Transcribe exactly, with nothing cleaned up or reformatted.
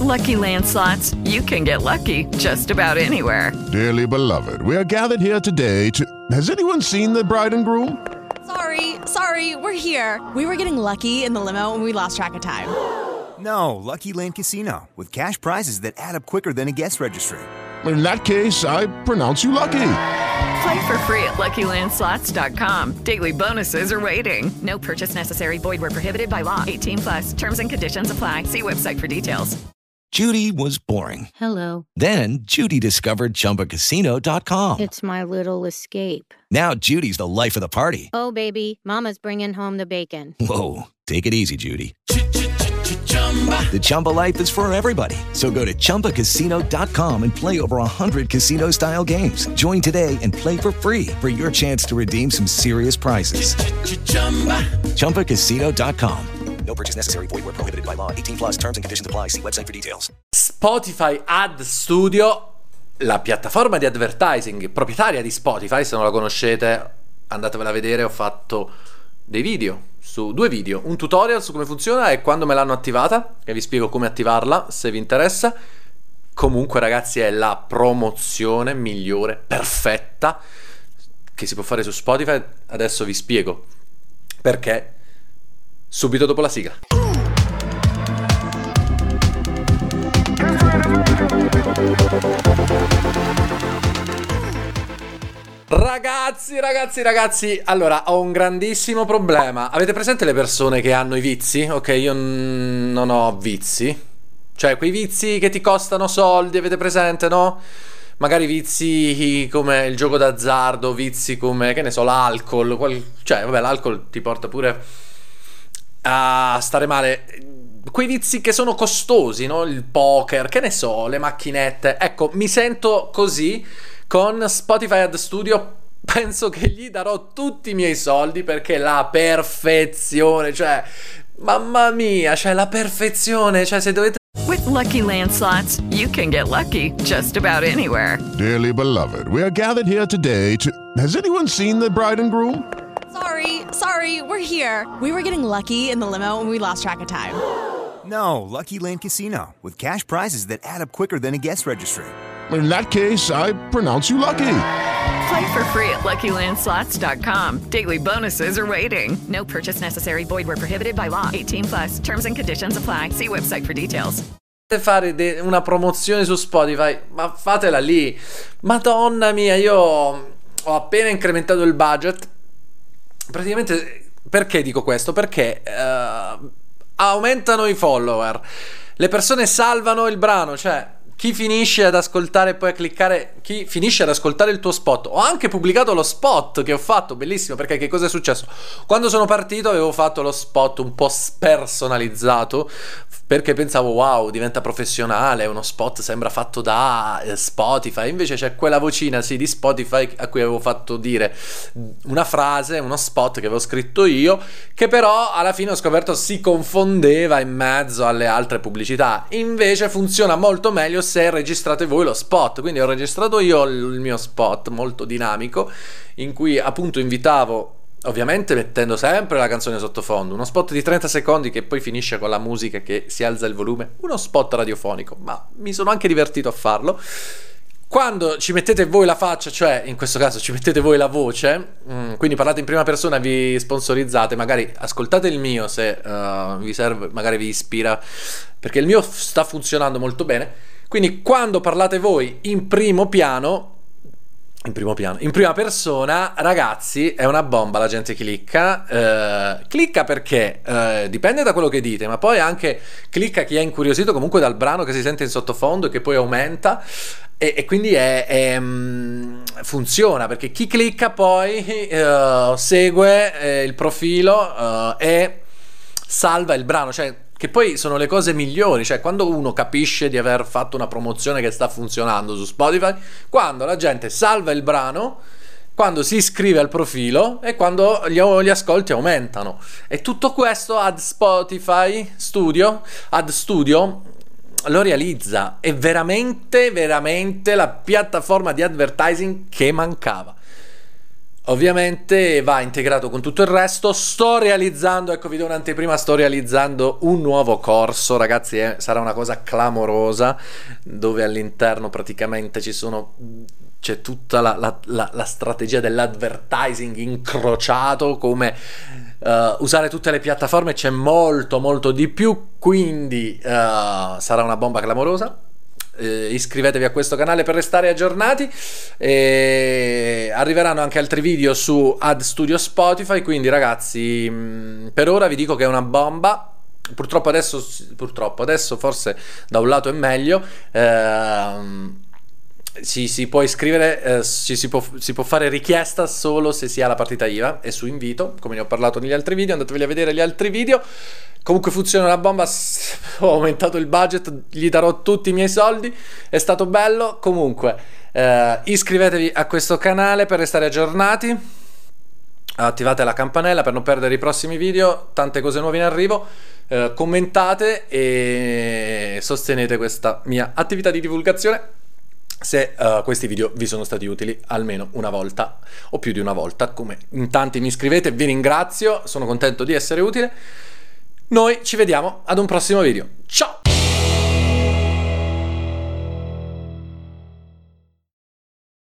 Lucky Land Slots, you can get lucky just about anywhere. Dearly beloved, we are gathered here today to... Has anyone seen the bride and groom? Sorry, sorry, we're here. We were getting lucky in the limo and we lost track of time. No, Lucky Land Casino, with cash prizes that add up quicker than a guest registry. In that case, I pronounce you lucky. Play for free at Lucky Land Slots dot com. Daily bonuses are waiting. No purchase necessary. Void where prohibited by law. eighteen plus. Terms and conditions apply. See website for details. Judy was boring. Hello. Then Judy discovered Chumba Casino dot com. It's my little escape. Now Judy's the life of the party. Oh, baby, mama's bringing home the bacon. Whoa, take it easy, Judy. The Chumba life is for everybody. So go to Chumba Casino dot com and play over one hundred casino-style games. Join today and play for free for your chance to redeem some serious prizes. Chumba Casino dot com. No purchase necessary. Void where prohibited by law. eighteen plus. Terms and conditions apply. See website for details. Spotify Ad Studio, la piattaforma di advertising proprietaria di Spotify. Se non la conoscete, andatevela a vedere. Ho fatto dei video su due video, un tutorial su come funziona e quando me l'hanno attivata, che vi spiego come attivarla se vi interessa. Comunque ragazzi, è la promozione migliore, perfetta, che si può fare su Spotify. Adesso vi spiego perché subito dopo la sigla. Ragazzi, ragazzi, ragazzi, allora ho un grandissimo problema. Avete presente le persone che hanno i vizi? Ok, io n- non ho vizi. Cioè, quei vizi che ti costano soldi, avete presente, no? Magari vizi come il gioco d'azzardo, vizi come, che ne so, l'alcol. Qual- cioè, vabbè, l'alcol ti porta pure a stare male. Quei vizi che sono costosi, no? Il poker, che ne so, le macchinette. Ecco, mi sento così. Con Spotify Ad Studio penso che gli darò tutti i miei soldi perché la perfezione, cioè, mamma mia, cioè la perfezione, cioè se dovete... With Lucky Land Slots, you can get lucky just about anywhere. Dearly beloved, we are gathered here today to... Has anyone seen the bride and groom? Sorry, sorry, we're here. We were getting lucky in the limo and we lost track of time. No, Lucky Land Casino, with cash prizes that add up quicker than a guest registry. In that case, I pronounce you lucky. Play for free at Lucky Land Slots dot com. Daily bonuses are waiting. No purchase necessary. Void where prohibited by law. eighteen plus. Terms and conditions apply. See website for details. Fare de- una promozione su Spotify, ma fatela lì. Madonna mia, io ho appena incrementato il budget. Praticamente, perché dico questo? Perché uh, aumentano i follower, le persone salvano il brano, cioè chi finisce ad ascoltare e poi a cliccare, chi finisce ad ascoltare il tuo spot. Ho anche pubblicato lo spot che ho fatto, bellissimo, perché che cosa è successo? Quando sono partito avevo fatto lo spot un po' spersonalizzato perché pensavo wow, diventa professionale, uno spot sembra fatto da Spotify, invece c'è quella vocina sì di Spotify a cui avevo fatto dire una frase, uno spot che avevo scritto io, che però alla fine ho scoperto si confondeva in mezzo alle altre pubblicità. Invece funziona molto meglio se registrate voi lo spot, quindi ho registrato io il mio spot molto dinamico in cui appunto invitavo, ovviamente mettendo sempre la canzone sottofondo, uno spot di trenta secondi che poi finisce con la musica che si alza il volume, uno spot radiofonico, ma mi sono anche divertito a farlo. Quando ci mettete voi la faccia, cioè in questo caso ci mettete voi la voce, mh, quindi parlate in prima persona, vi sponsorizzate, magari ascoltate il mio se uh, vi serve, magari vi ispira, perché il mio sta funzionando molto bene. Quindi quando parlate voi in primo piano, in primo piano, in prima persona, ragazzi, è una bomba, la gente clicca, eh, clicca perché eh, dipende da quello che dite, ma poi anche clicca chi è incuriosito comunque dal brano che si sente in sottofondo e che poi aumenta, e, e quindi è, è, funziona, perché chi clicca poi eh, segue eh, il profilo eh, e salva il brano, cioè che poi sono le cose migliori, cioè quando uno capisce di aver fatto una promozione che sta funzionando su Spotify, quando la gente salva il brano, quando si iscrive al profilo e quando gli, gli ascolti aumentano. E tutto questo ad Spotify Studio, ad Studio lo realizza. È veramente, veramente la piattaforma di advertising che mancava. ovviamente va integrato con tutto il resto. Sto realizzando, ecco, vi do un'anteprima, sto realizzando un nuovo corso, ragazzi, eh, sarà una cosa clamorosa, dove all'interno praticamente ci sono c'è tutta la, la, la, la strategia dell'advertising incrociato, come uh, usare tutte le piattaforme, c'è molto molto di più, quindi uh, sarà una bomba clamorosa. Eh, iscrivetevi a questo canale per restare aggiornati, e arriveranno anche altri video su Ad Studio Spotify, quindi ragazzi, mh, per ora vi dico che è una bomba. Purtroppo adesso, purtroppo adesso forse da un lato è meglio, ehm, si, si può iscrivere, eh, si, si, può, si può fare richiesta solo se si ha la partita I V A e su invito, come ne ho parlato negli altri video, andatevi a vedere gli altri video. Comunque funziona una bomba, ho aumentato il budget, gli darò tutti i miei soldi, è stato bello. Comunque eh, iscrivetevi a questo canale per restare aggiornati, attivate la campanella per non perdere i prossimi video, tante cose nuove in arrivo, eh, commentate e sostenete questa mia attività di divulgazione se uh, questi video vi sono stati utili almeno una volta o più di una volta, come in tanti mi scrivete. Vi ringrazio, sono contento di essere utile. Noi ci vediamo ad un prossimo video. Ciao!